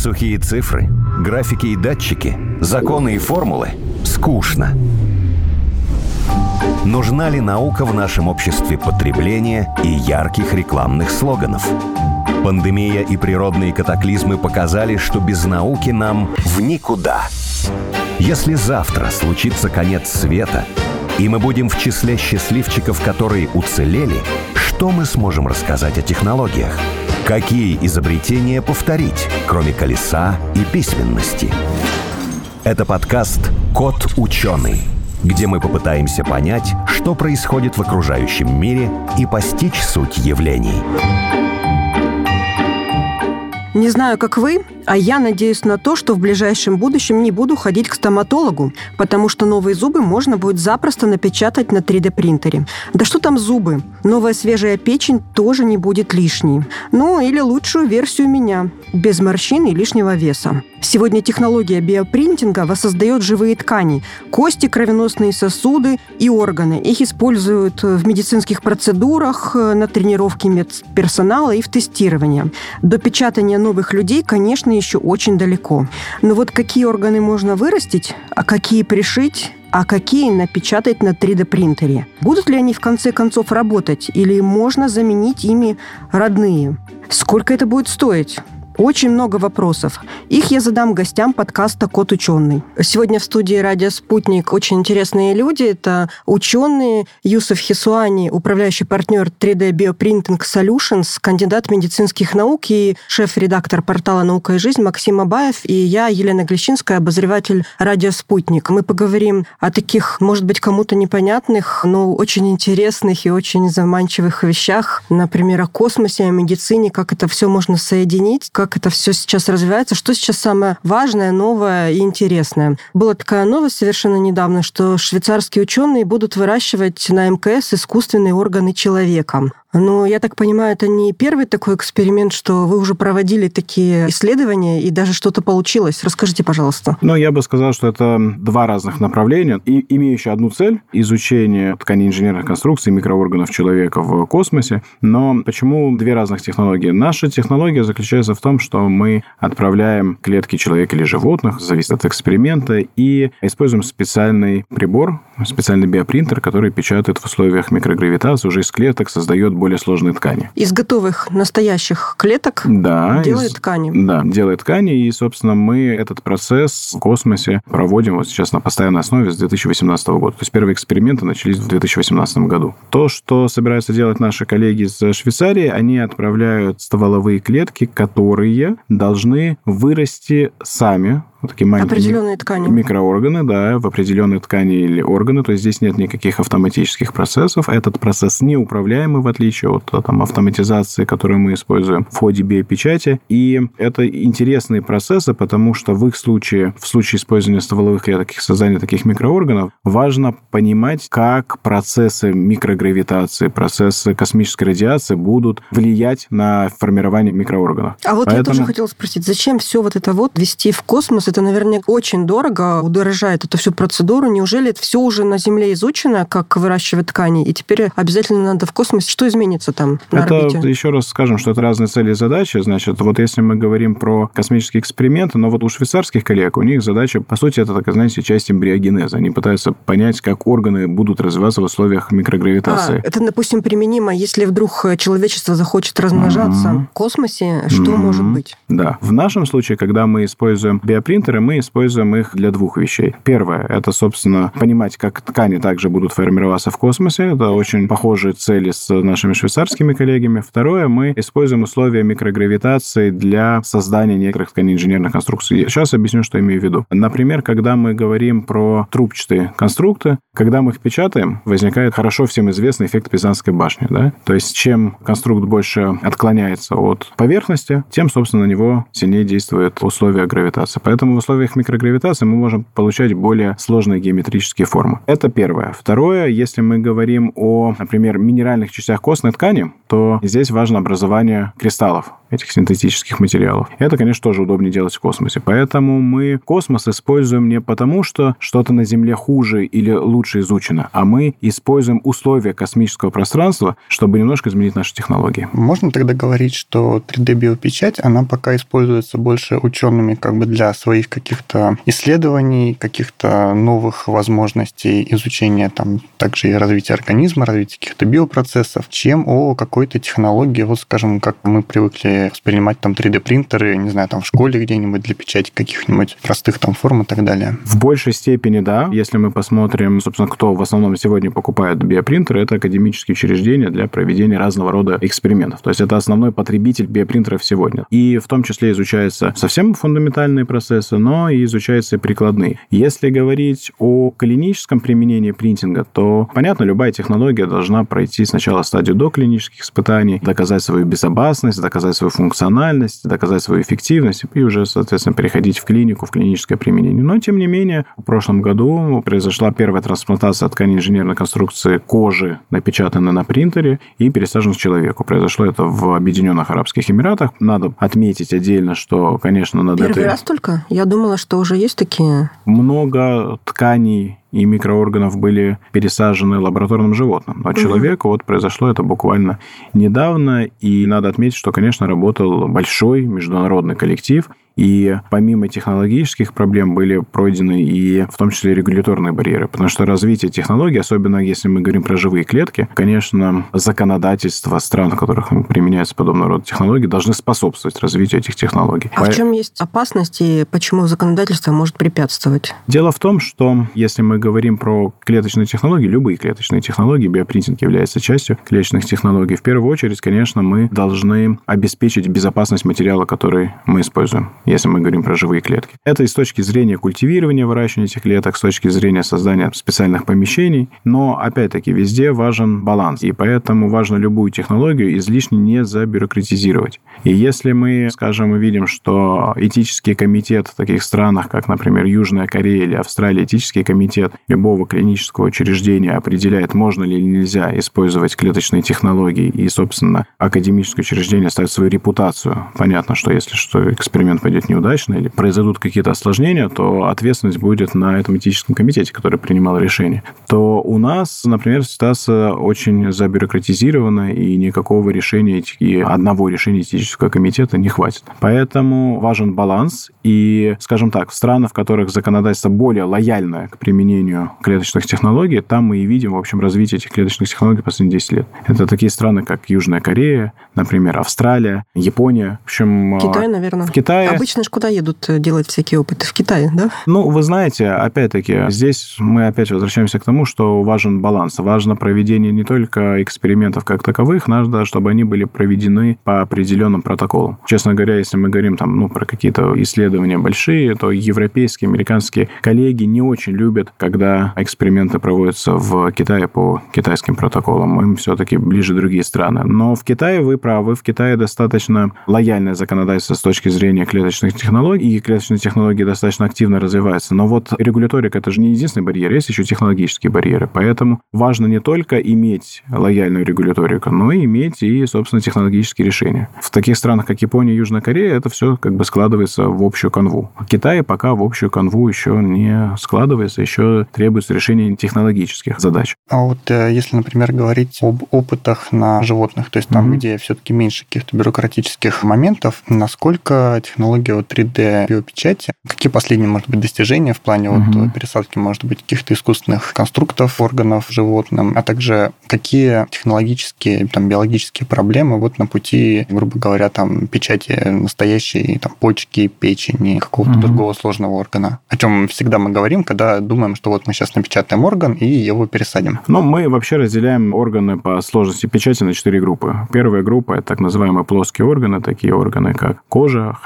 Сухие цифры, графики и датчики, законы и формулы – скучно. Нужна ли наука в нашем обществе потребления и ярких рекламных слоганов? Пандемия и природные катаклизмы показали, что без науки нам в никуда. Если завтра случится конец света, и мы будем в числе счастливчиков, которые уцелели, что мы сможем рассказать о технологиях? Какие изобретения повторить, кроме колеса и письменности? Это подкаст «Кот ученый», где мы попытаемся понять, что происходит в окружающем мире и постичь суть явлений. Не знаю, как вы, а я надеюсь на то, что в ближайшем будущем не буду ходить к стоматологу, потому что новые зубы можно будет запросто напечатать на 3D-принтере. Да что там зубы? Новая свежая печень тоже не будет лишней. Ну, или лучшую версию меня, без морщин и лишнего веса. Сегодня технология биопринтинга воссоздает живые ткани, кости, кровеносные сосуды и органы. Их используют в медицинских процедурах, на тренировке медперсонала и в тестировании. До печатания новых людей, конечно, еще очень далеко. Но вот какие органы можно вырастить, а какие пришить, а какие напечатать на 3D-принтере? Будут ли они в конце концов работать или можно заменить ими родные? Сколько это будет стоить? Очень много вопросов. Их я задам гостям подкаста «Кот ученый». Сегодня в студии «Радио Спутник» очень интересные люди. Это ученые Юсуф Хисуани, управляющий партнер 3D Bioprinting Solutions, кандидат медицинских наук и шеф-редактор портала «Наука и жизнь» Максим Абаев, и я, Елена Глещинская, обозреватель «Радио Спутник». Мы поговорим о таких, может быть, кому-то непонятных, но очень интересных и очень заманчивых вещах. Например, о космосе, о медицине, как это все можно соединить, как это все сейчас развивается, что сейчас самое важное, новое и интересное. Была такая новость совершенно недавно, что швейцарские ученые будут выращивать на МКС искусственные органы человека. Но, я так понимаю, это не первый такой эксперимент, что вы уже проводили такие исследования, и даже что-то получилось. Расскажите, пожалуйста. Я бы сказал, что это два разных направления, и имеющие одну цель – изучение тканей инженерных конструкций микроорганов человека в космосе. Но почему две разных технологии? Наша технология заключается в том, что мы отправляем клетки человека или животных, зависит от эксперимента, и используем специальный прибор, специальный биопринтер, который печатает в условиях микрогравитации, уже из клеток создает более сложные ткани. Из готовых настоящих клеток делает ткани. Да, делает ткани, и, собственно, мы этот процесс в космосе проводим вот сейчас на постоянной основе с 2018 года. То есть первые эксперименты начались в 2018 году. То, что собираются делать наши коллеги из Швейцарии, они отправляют стволовые клетки, которые должны вырасти сами, вот такие маленькие определенные ткани. Микроорганы, да, в определенные ткани или органы. То есть здесь нет никаких автоматических процессов. Этот процесс неуправляемый, в отличие от автоматизации, которую мы используем в ходе биопечати. И это интересные процессы, потому что в случае использования стволовых клеток и создания таких микроорганов, важно понимать, как процессы микрогравитации, процессы космической радиации будут влиять на формирование микроорганов. А вот я тоже хотела спросить, зачем все вот это вести в космос? Это, наверное, очень дорого, удорожает эту всю процедуру. Неужели это все уже на Земле изучено, как выращивать ткани, и теперь обязательно надо в космосе? Что изменится там на орбите? Еще раз скажем, что это разные цели и задачи. Значит, вот если мы говорим про космические эксперименты, но вот у швейцарских коллег, у них задача, по сути, это, такая, знаете, часть эмбриогенеза. Они пытаются понять, как органы будут развиваться в условиях микрогравитации. Это, допустим, применимо, если вдруг человечество захочет размножаться в космосе, что может быть? Да. В нашем случае, когда мы используем биопринтеры, мы используем их для двух вещей. Первое – это, собственно, понимать, как ткани также будут формироваться в космосе. Это очень похожие цели с нашими швейцарскими коллегами. Второе – мы используем условия микрогравитации для создания некоторых тканей инженерных конструкций. Сейчас объясню, что имею в виду. Например, когда мы говорим про трубчатые конструкты, когда мы их печатаем, возникает хорошо всем известный эффект Пизанской башни. Да? То есть, чем конструкт больше отклоняется от поверхности, тем, собственно, на него сильнее действуют условия гравитации. Поэтому в условиях микрогравитации мы можем получать более сложные геометрические формы. Это первое. Второе, если мы говорим о, например, минеральных частях костной ткани, то здесь важно образование кристаллов. этих синтетических материалов. Это, конечно, тоже удобнее делать в космосе. Поэтому мы космос используем не потому, что что-то на Земле хуже или лучше изучено, а мы используем условия космического пространства, чтобы немножко изменить наши технологии. Можно тогда говорить, что 3D-биопечать, она пока используется больше учеными как бы для своих каких-то исследований, каких-то новых возможностей изучения там также и развития организма, развития каких-то биопроцессов, чем о какой-то технологии, вот скажем, как мы привыкли воспринимать там 3D-принтеры, не знаю, там в школе где-нибудь для печати каких-нибудь простых там форм и так далее. В большей степени, да. Если мы посмотрим, собственно, кто в основном сегодня покупает биопринтеры, это академические учреждения для проведения разного рода экспериментов. То есть это основной потребитель биопринтеров сегодня. И в том числе изучаются совсем фундаментальные процессы, но и изучаются и прикладные. Если говорить о клиническом применении принтинга, то, понятно, любая технология должна пройти сначала стадию доклинических испытаний, доказать свою безопасность, доказать свою функциональность, доказать свою эффективность и уже, соответственно, переходить в клинику, в клиническое применение. Но, тем не менее, в прошлом году произошла первая трансплантация ткани инженерной конструкции кожи, напечатанной на принтере, и пересажена человеку. Произошло это в Объединенных Арабских Эмиратах. Надо отметить отдельно, что, конечно, надо... Первый раз только? Я думала, что уже есть такие... Много тканей и микроорганов были пересажены лабораторным животным. Но человеку вот произошло это буквально недавно, и надо отметить, что, конечно, работал большой международный коллектив, и помимо технологических проблем были пройдены и в том числе регуляторные барьеры, потому что развитие технологий, особенно если мы говорим про живые клетки, конечно, законодательство стран, в которых применяются подобного рода технологии, должны способствовать развитию этих технологий. А в чем есть опасность и почему законодательство может препятствовать? Дело в том, что если мы говорим про клеточные технологии, любые клеточные технологии, биопринтинг является частью клеточных технологий, в первую очередь, конечно, мы должны обеспечить безопасность материала, который мы используем, если мы говорим про живые клетки. Это и с точки зрения культивирования, выращивания этих клеток, с точки зрения создания специальных помещений, но, опять-таки, везде важен баланс, и поэтому важно любую технологию излишне не забюрократизировать. И если мы, скажем, видим, что этический комитет в таких странах, как, например, Южная Корея или Австралия, этический комитет любого клинического учреждения определяет, можно ли или нельзя использовать клеточные технологии, и, собственно, академическое учреждение ставит свою репутацию. Понятно, что если эксперимент пойдет неудачно или произойдут какие-то осложнения, то ответственность будет на этом этическом комитете, который принимал решение. То у нас, например, ситуация очень забюрократизирована, и никакого решения, и одного решения этического комитета не хватит. Поэтому важен баланс, и, скажем так, в странах, в которых законодательство более лояльное к применению клеточных технологий, там мы и видим, в общем, развитие этих клеточных технологий последние 10 лет. Это такие страны, как Южная Корея, например, Австралия, Япония. В общем, Китай, наверное. В Китае... Обычно же куда едут делать всякие опыты? В Китае, да? Ну, вы знаете, опять-таки, здесь мы опять возвращаемся к тому, что важен баланс. Важно проведение не только экспериментов как таковых, надо, чтобы они были проведены по определенным протоколам. Честно говоря, если мы говорим там, про какие-то исследования большие, то европейские, американские коллеги не очень любят, когда эксперименты проводятся в Китае по китайским протоколам. Им все-таки ближе другие страны. Но в Китае вы правы, в Китае достаточно лояльное законодательство с точки зрения клеточных технологий, и клеточные технологии достаточно активно развиваются. Но вот регуляторика – это же не единственный барьер, есть еще технологические барьеры. Поэтому важно не только иметь лояльную регуляторику, но и иметь и, собственно, технологические решения. В таких странах, как Япония и Южная Корея, это все как бы складывается в общую канву. В Китае пока в общую канву еще не складывается, еще требуется решение технологических задач. А вот если, например, говорить об опытах на животных, то есть там, где все-таки меньше каких-то бюрократических моментов, насколько технология 3D-биопечати, какие последние, может быть, достижения в плане пересадки, может быть, каких-то искусственных конструктов органов животным, а также какие технологические, там, биологические проблемы вот на пути, грубо говоря, там, печати настоящей там, почки, печени, какого-то другого сложного органа. О чем всегда мы говорим, когда думаем, что вот мы сейчас напечатаем орган и его пересадим. Но мы вообще разделяем органы по сложности печати на 4 группы. Первая группа – это так называемые плоские органы, такие органы, как кожа, хрящ,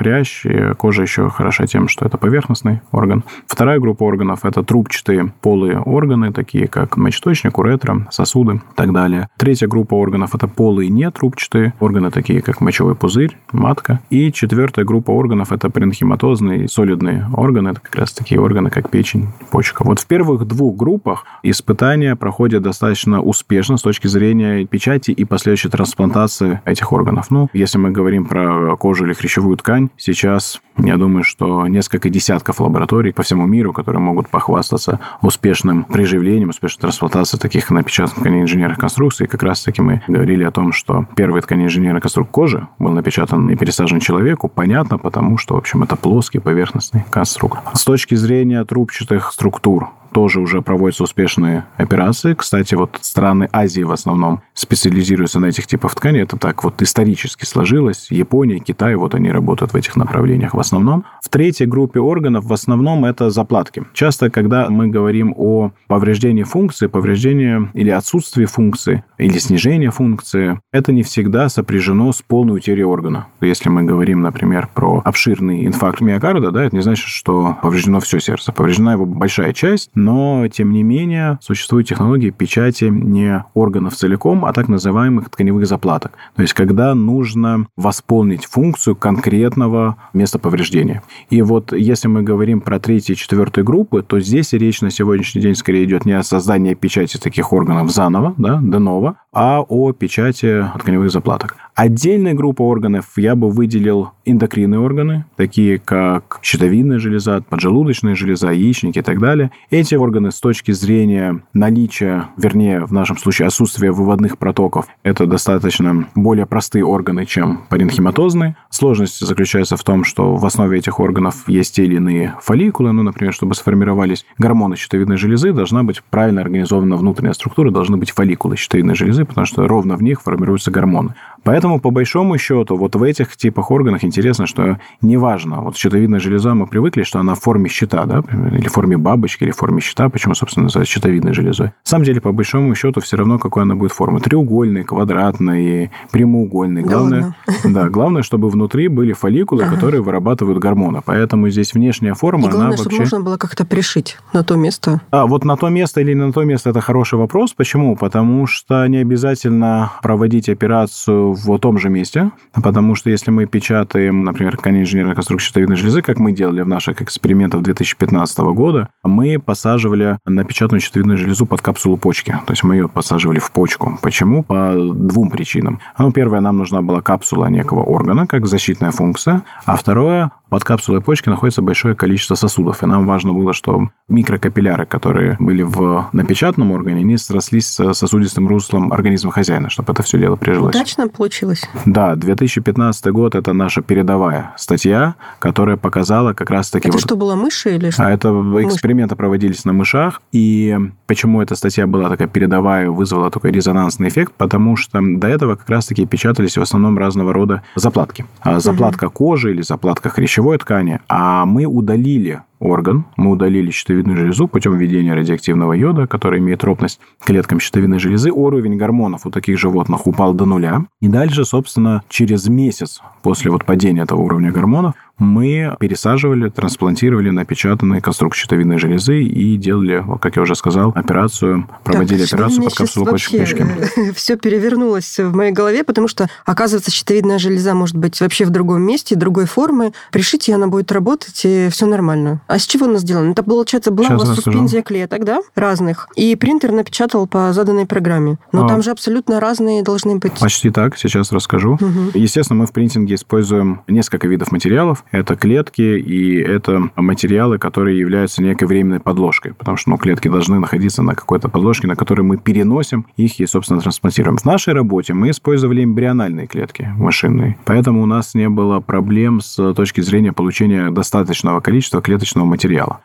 и кожа еще хороша тем, что это поверхностный орган. Вторая группа органов – это трубчатые полые органы, такие как мочеточник, уретра, сосуды и так далее. Третья группа органов – это полые нетрубчатые органы, такие как мочевой пузырь, матка. И четвертая группа органов – это паренхиматозные солидные органы, это как раз такие органы, как печень, почка. Вот в первых двух группах испытания проходят достаточно успешно с точки зрения печати и последующей трансплантации этих органов. Ну, если мы говорим про кожу или хрящевую ткань, сейчас, я думаю, что несколько десятков лабораторий по всему миру, которые могут похвастаться успешным приживлением, успешной трансплантацией таких напечатанных тканей инженерных конструкций. И как раз-таки мы говорили о том, что первый ткань инженерной конструкции кожи был напечатан и пересажен человеку. Понятно, потому что, в общем, это плоский поверхностный конструкт. С точки зрения трубчатых структур, тоже уже проводятся успешные операции. Кстати, вот страны Азии в основном специализируются на этих типах тканей. Это так вот исторически сложилось. Япония, Китай, вот они работают в этих направлениях в основном. В третьей группе органов в основном это заплатки. Часто, когда мы говорим о повреждении функции, повреждении или отсутствии функции, или снижении функции, это не всегда сопряжено с полной утерей органа. Если мы говорим, например, про обширный инфаркт миокарда, да, это не значит, что повреждено все сердце. Повреждена его большая часть, но, тем не менее, существуют технологии печати не органов целиком, а так называемых тканевых заплаток. То есть, когда нужно восполнить функцию конкретного места повреждения. И вот если мы говорим про третью и четвертую группы, то здесь речь на сегодняшний день скорее идет не о создании печати таких органов заново, да, de novo, а о печати тканевых заплаток. Отдельная группа органов я бы выделил эндокринные органы, такие как щитовидная железа, поджелудочная железа, яичники и так далее. Эти органы с точки зрения наличия, вернее, в нашем случае отсутствия выводных протоков, это достаточно более простые органы, чем паренхиматозные. Сложность заключается в том, что в основе этих органов есть те или иные фолликулы. Ну, например, чтобы сформировались гормоны щитовидной железы, должна быть правильно организована внутренняя структура, должны быть фолликулы щитовидной железы, потому что ровно в них формируются гормоны. Поэтому, по большому счету, вот в этих типах органов интересно, что неважно, вот щитовидная железа, мы привыкли, что она в форме щита, да, или в форме бабочки, или в форме щита, почему, собственно, называется щитовидной железой. На самом деле, по большому счету, все равно, какой она будет формы. Треугольной, квадратной, прямоугольной. Главное, чтобы внутри были фолликулы, которые вырабатывают гормоны. Поэтому здесь внешняя форма, главное, она чтобы вообще... можно было как-то пришить на то место. Вот на то место или на то место – это хороший вопрос. Почему? Потому что не обязательно проводить операцию в том же месте, потому что если мы печатаем, например, ткань инженерной конструкции щитовидной железы, как мы делали в наших экспериментах 2015 года, мы посаживали напечатанную щитовидную железу под капсулу почки. То есть мы ее посаживали в почку. Почему? По двум причинам. Первое, нам нужна была капсула некого органа, как защитная функция, а второе, под капсулой почки находится большое количество сосудов, и нам важно было, что микрокапилляры, которые были в напечатанном органе, они срослись с сосудистым руслом организма хозяина, чтобы это все дело прижилось. Удачно получилось? Да, 2015 год – это наша передовая статья, которая показала как раз-таки... Это что, было мыши или что? Это эксперименты проводились на мышах, и почему эта статья была такая передовая, вызвала такой резонансный эффект, потому что до этого как раз-таки печатались в основном разного рода заплатки. Заплатка кожи или заплатка хрящевой ткани, а мы удалили орган, мы удалили щитовидную железу путем введения радиоактивного йода, который имеет тропность к клеткам щитовидной железы. Уровень гормонов у таких животных упал до нуля. И дальше, собственно, через месяц после падения этого уровня гормонов мы пересаживали, трансплантировали напечатанные конструкции щитовидной железы и делали, как я уже сказал, операцию, проводили операцию под капсулу почки. Все перевернулось в моей голове, потому что, оказывается, щитовидная железа может быть вообще в другом месте, другой формы. Пришить ее, она будет работать, и все нормально. А с чего она сделана? Это, получается, была у вас суспензия клеток, да, разных, и принтер напечатал по заданной программе. Но там же абсолютно разные должны быть. Почти так, сейчас расскажу. Естественно, мы в принтинге используем несколько видов материалов. Это клетки, и это материалы, которые являются некой временной подложкой, потому что клетки должны находиться на какой-то подложке, на которой мы переносим их и, собственно, трансплантируем. В нашей работе мы использовали эмбриональные клетки мышиные, поэтому у нас не было проблем с точки зрения получения достаточного количества клеточного материала.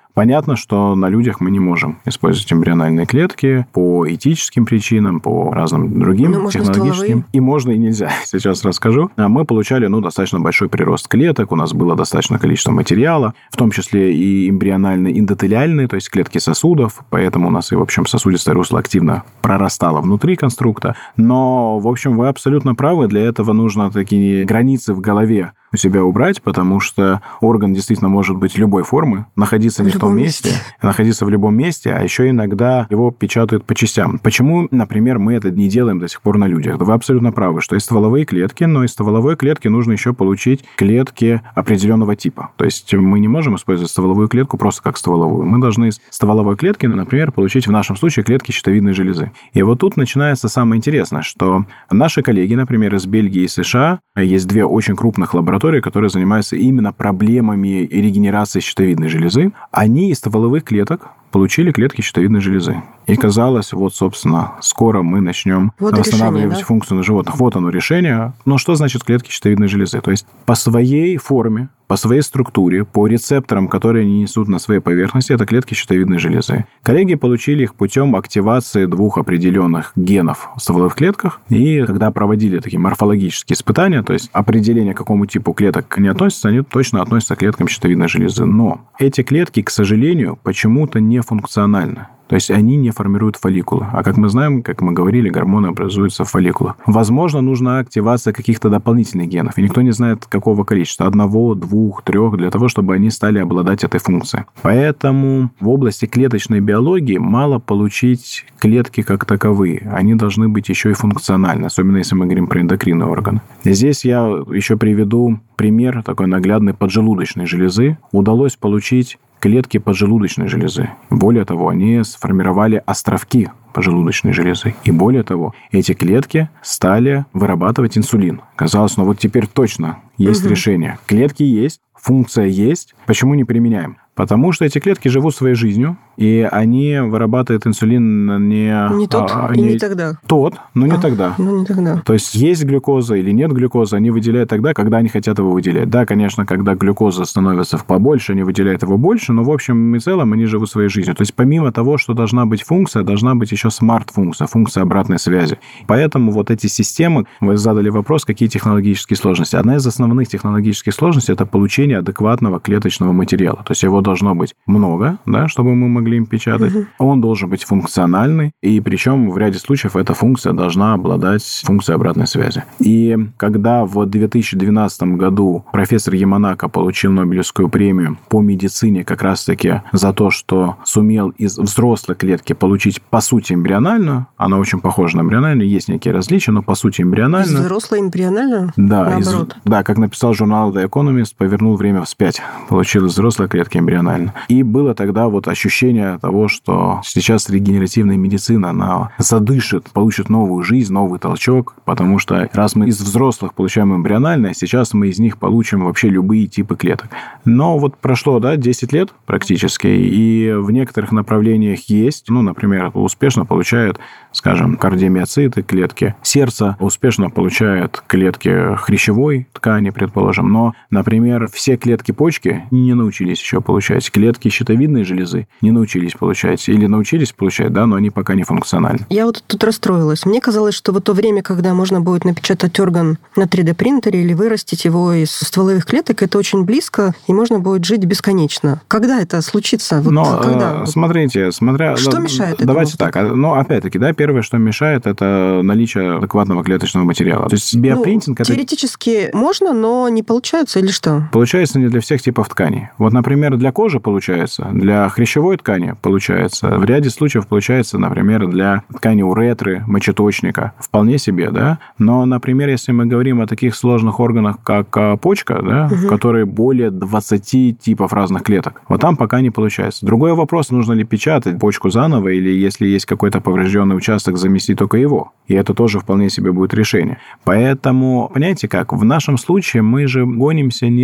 Понятно, что на людях мы не можем использовать эмбриональные клетки по этическим причинам, по разным другим технологическим. Стволовые. И можно, и нельзя. Сейчас расскажу. Мы получали, достаточно большой прирост клеток, у нас было достаточное количество материала, в том числе и эмбриональные, эндотелиальные, то есть клетки сосудов, поэтому у нас и, в общем, сосудистое русло активно прорастало внутри конструкта. Но, в общем, вы абсолютно правы, для этого нужно такие границы в голове у себя убрать, потому что орган действительно может быть любой формы, находиться не в том месте, находиться в любом месте, а еще иногда его печатают по частям. Почему, например, мы это не делаем до сих пор на людях? Вы абсолютно правы, что есть стволовые клетки, но из стволовой клетки нужно еще получить клетки определенного типа. То есть мы не можем использовать стволовую клетку просто как стволовую. Мы должны из стволовой клетки, например, получить в нашем случае клетки щитовидной железы. И вот тут начинается самое интересное, что наши коллеги, например, из Бельгии и США, есть две очень крупных лаборатории, которые занимаются именно проблемами регенерации щитовидной железы, они из стволовых клеток получили клетки щитовидной железы. И казалось, вот, собственно, скоро мы начнем восстанавливать функцию на животных. Вот оно решение. Но что значит клетки щитовидной железы? То есть по своей форме, по своей структуре, по рецепторам, которые они несут на своей поверхности, это клетки щитовидной железы. Коллеги получили их путем активации двух определенных генов в стволовых клетках. И когда проводили такие морфологические испытания, то есть определение, к какому типу клеток они относятся, они точно относятся к клеткам щитовидной железы. Но эти клетки, к сожалению, почему-то не функциональны. То есть они не формируют фолликулы. А как мы знаем, как мы говорили, гормоны образуются в фолликулах. Возможно, нужна активация каких-то дополнительных генов. И никто не знает, какого количества. 1, 2, 3, для того, чтобы они стали обладать этой функцией. Поэтому в области клеточной биологии мало получить клетки как таковые. Они должны быть еще и функциональны, особенно если мы говорим про эндокринные органы. Здесь я еще приведу пример такой наглядной поджелудочной железы. Удалось получить клетки поджелудочной железы. Более того, они сформировали островки поджелудочной железы. И более того, эти клетки стали вырабатывать инсулин. Казалось, вот теперь точно есть решение. Клетки есть, функция есть. Почему не применяем? Потому что эти клетки живут своей жизнью, и они вырабатывают инсулин не тот и не тогда. Тот, но не тогда. Ну, не тогда. То есть есть глюкоза или нет глюкозы, они выделяют тогда, когда они хотят его выделять. Да, конечно, когда глюкоза становится побольше, они выделяют его больше, но в общем и целом они живут своей жизнью. То есть помимо того, что должна быть функция, должна быть еще смарт-функция, функция обратной связи. Поэтому вот эти системы, вы задали вопрос, какие технологические сложности. Одна из основных технологических сложностей – это получение адекватного клеточного материала. То есть его должно быть много, да, чтобы мы могли им печатать. Он должен быть функциональный, и причем в ряде случаев эта функция должна обладать функцией обратной связи. И когда в 2012 году профессор Яманака получил Нобелевскую премию по медицине как раз-таки за то, что сумел из взрослой клетки получить, по сути, эмбриональную, она очень похожа на эмбриональную, есть некие различия, но, по сути, эмбриональную. Из взрослой эмбриональную? Да, наоборот. Да, как написал журнал The Economist, повернул время вспять. Получил из взрослой клетки эмбриональную. И было тогда вот ощущение того, что сейчас регенеративная медицина, она задышит, получит новую жизнь, новый толчок, потому что раз мы из взрослых получаем эмбриональное, сейчас мы из них получим вообще любые типы клеток. Но вот прошло, 10 лет практически, и в некоторых направлениях есть, например, успешно получают, скажем, кардиомиоциты, клетки сердца, успешно получают клетки хрящевой ткани, предположим, но, например, все клетки почки не научились еще получать, клетки щитовидной железы не научились получать, или научились получать, но они пока не функциональны. Я вот тут расстроилась. Мне казалось, что в то время, когда можно будет напечатать орган на 3D-принтере или вырастить его из стволовых клеток, это очень близко, и можно будет жить бесконечно. Когда это случится? Когда? Смотрите, что мешает этому? Давайте так. Опять-таки, первое, что мешает, это наличие адекватного клеточного материала. То есть биопринтинг... Теоретически можно, но не получается или что? Получается не для всех типов тканей. Вот, например, для кожи получается, для хрящевой ткани получается, в ряде случаев получается, например, для ткани уретры, мочеточника. Вполне себе, Но, например, если мы говорим о таких сложных органах, как почка, в которой более 20 типов разных клеток, вот там пока не получается. Другой вопрос, нужно ли печатать почку заново, или если есть какой-то поврежденный участок, заместить только его. И это тоже вполне себе будет решение. Поэтому, понимаете как, в нашем случае мы же гонимся не за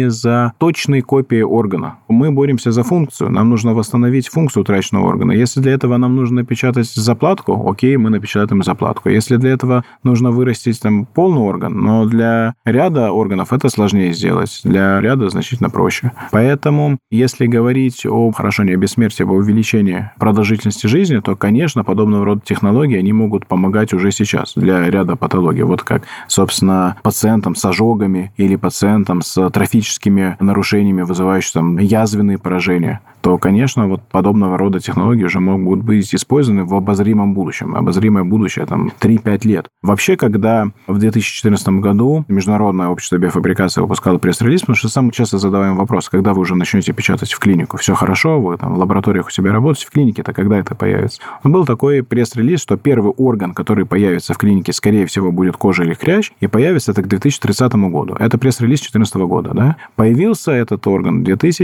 это точные копии органа. Мы боремся за функцию, нам нужно восстановить функцию утраченного органа. Если для этого нам нужно напечатать заплатку, окей, мы напечатаем заплатку. Если для этого нужно вырастить полный орган, но для ряда органов это сложнее сделать, для ряда значительно проще. Поэтому, если говорить не о бессмертии, а о увеличении продолжительности жизни, то, конечно, подобного рода технологии, они могут помогать уже сейчас для ряда патологий. Вот как, собственно, пациентам с ожогами или пациентам с трофическими нарушениями, вызывающими язвенные поражения, то, конечно, вот подобного рода технологии уже могут быть использованы в обозримом будущем. Обозримое будущее 3-5 лет. Вообще, когда в 2014 году Международное общество биофабрикации выпускало пресс-релиз, потому что самый часто задаваем вопрос, когда вы уже начнете печатать в клинику? Все хорошо, вы в лабораториях у себя работаете, в клинике-то когда это появится? Был такой пресс-релиз, что первый орган, который появится в клинике, скорее всего, будет кожа или хрящ, и появится это к 2030 году. Это пресс-релиз 2014 года, да? Появился этот орган в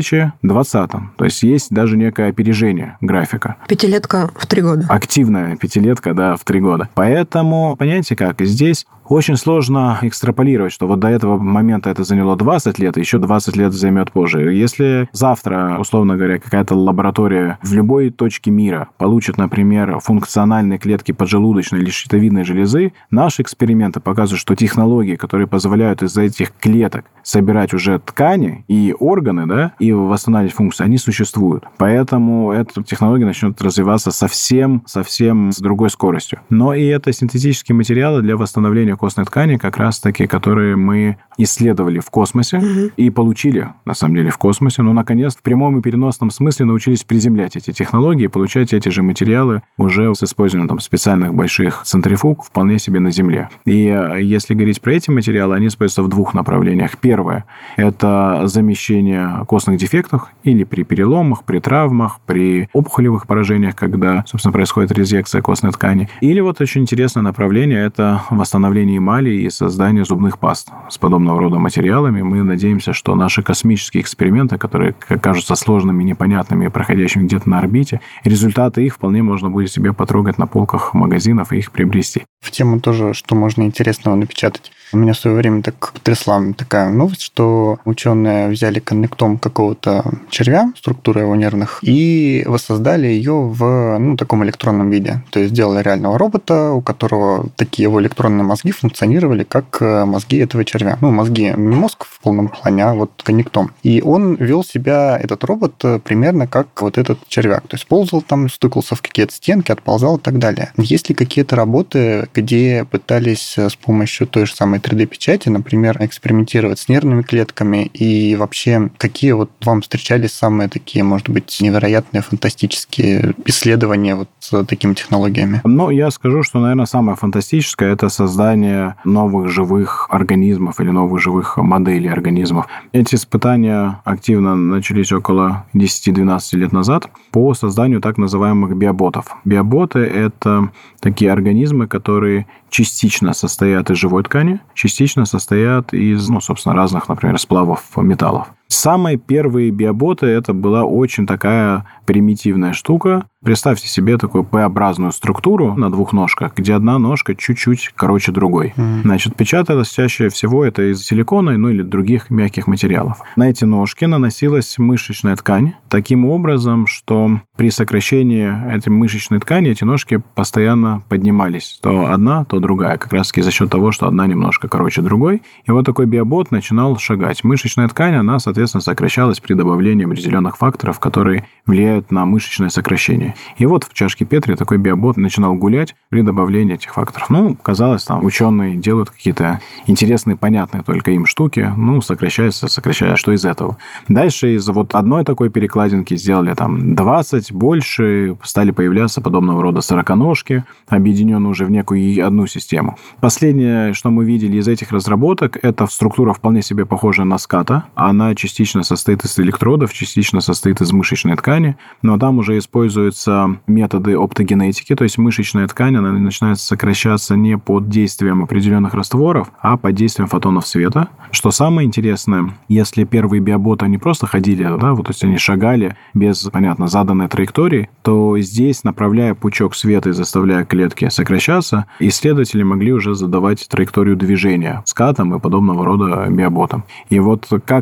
2020. То есть даже некое опережение графика. Пятилетка в 3 года. Активная пятилетка, да, в 3 года. Поэтому, понимаете как, здесь очень сложно экстраполировать, что вот до этого момента это заняло 20 лет, и еще 20 лет займет позже. Если завтра, условно говоря, какая-то лаборатория в любой точке мира получит, например, функциональные клетки поджелудочной или щитовидной железы, наши эксперименты показывают, что технологии, которые позволяют из этих клеток собирать уже ткани и органы, да, и восстанавливать функцию, они существуют. Поэтому эта технология начнет развиваться совсем с другой скоростью. Но и это синтетические материалы для восстановления костной ткани, как раз-таки, которые мы исследовали в космосе и получили, на самом деле, в космосе. Но, наконец, в прямом и переносном смысле научились приземлять эти технологии и получать эти же материалы уже с использованием специальных больших центрифуг вполне себе на Земле. И если говорить про эти материалы, они используются в 2 направлениях. Первое – это замещение костных дефектов или при переломах, при травмах, при опухолевых поражениях, когда, собственно, происходит резекция костной ткани. Или вот очень интересное направление – это восстановление эмали и создание зубных паст с подобного рода материалами. Мы надеемся, что наши космические эксперименты, которые кажутся сложными, непонятными, проходящими где-то на орбите, результаты их вполне можно будет себе потрогать на полках магазинов и их приобрести. В тему тоже, что можно интересного напечатать. У меня в свое время так потрясла такая новость, что ученые взяли коннектом какого-то червя, структуры его нервных, и воссоздали ее в таком электронном виде. То есть сделали реального робота, у которого такие его электронные мозги функционировали как мозги этого червя. Мозги не мозг в полном плане, а вот коннектом. И он вел себя, этот робот, примерно как вот этот червяк. То есть ползал стыкался в какие-то стенки, отползал и так далее. Есть ли какие-то работы, где пытались с помощью той же самой 3D-печати, например, экспериментировать с нервными клетками, и вообще какие вам встречались самые такие, может быть, невероятные, фантастические исследования с такими технологиями? Я скажу, что, наверное, самое фантастическое – это создание новых живых организмов или новых живых моделей организмов. Эти испытания активно начались около 10-12 лет назад по созданию так называемых биоботов. Биоботы – это такие организмы, которые частично состоят из живой ткани, частично состоят из, собственно, разных, например, сплавов металлов. Самые первые биоботы – это была очень такая примитивная штука. Представьте себе такую П-образную структуру на 2 ножках, где одна ножка чуть-чуть короче другой. Значит, печаталось чаще всего это из силикона, или других мягких материалов. На эти ножки наносилась мышечная ткань таким образом, что при сокращении этой мышечной ткани эти ножки постоянно поднимались. То одна, то другая, как раз-таки за счет того, что одна немножко короче другой. И вот такой биобот начинал шагать. Мышечная ткань, она, соответственно, сокращалась при добавлении определенных факторов, которые влияют на мышечное сокращение. И вот в чашке Петри такой биобот начинал гулять при добавлении этих факторов. Казалось, ученые делают какие-то интересные, понятные только им штуки. Сокращается, что из этого? Дальше из одной такой перекладинки сделали 20, больше, стали появляться подобного рода сороконожки, объединенные уже в некую одну систему. Последнее, что мы видели из этих разработок, это структура вполне себе похожая на ската. Она частично состоит из электродов, частично состоит из мышечной ткани, но там уже используются методы оптогенетики, то есть мышечная ткань, она начинает сокращаться не под действием определенных растворов, а под действием фотонов света. Что самое интересное, если первые биоботы, они просто ходили, то есть они шагали без, понятно, заданной траектории, то здесь, направляя пучок света и заставляя клетки сокращаться, исследователи могли уже задавать траекторию движения скатам и подобного рода биоботам. И как к этому относиться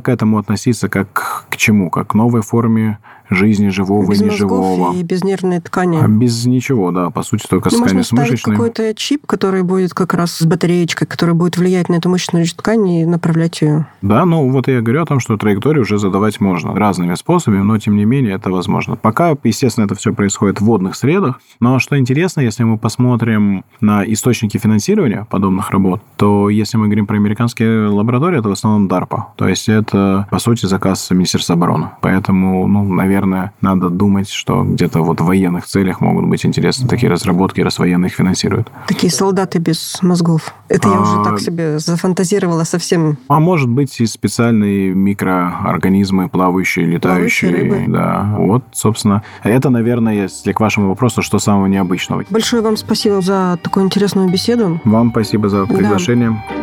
относиться как к чему? Как к новой форме жизни живого без и неживого. Мозгов и без нервной ткани. Без ничего, да, по сути, только с тканью с мышечной. Можно ставить какой-то чип, который будет как раз с батареечкой, который будет влиять на эту мышечную ткань и направлять ее. Да, вот я говорю о том, что траекторию уже задавать можно разными способами, но, тем не менее, это возможно. Пока, естественно, это все происходит в водных средах, но что интересно, если мы посмотрим на источники финансирования подобных работ, то если мы говорим про американские лаборатории, это в основном DARPA. То есть это, по сути, заказ Министерства обороны. Поэтому, наверное, надо думать, что где-то в военных целях могут быть интересны такие разработки, раз военные их финансируют. Такие солдаты без мозгов. Это я уже так себе зафантазировала совсем. А может быть, и специальные микроорганизмы, плавающие, летающие. Рыбы. Да. Вот, собственно, это, наверное, если к вашему вопросу, что самого необычного. Большое вам спасибо за такую интересную беседу. Вам спасибо за приглашение. Да.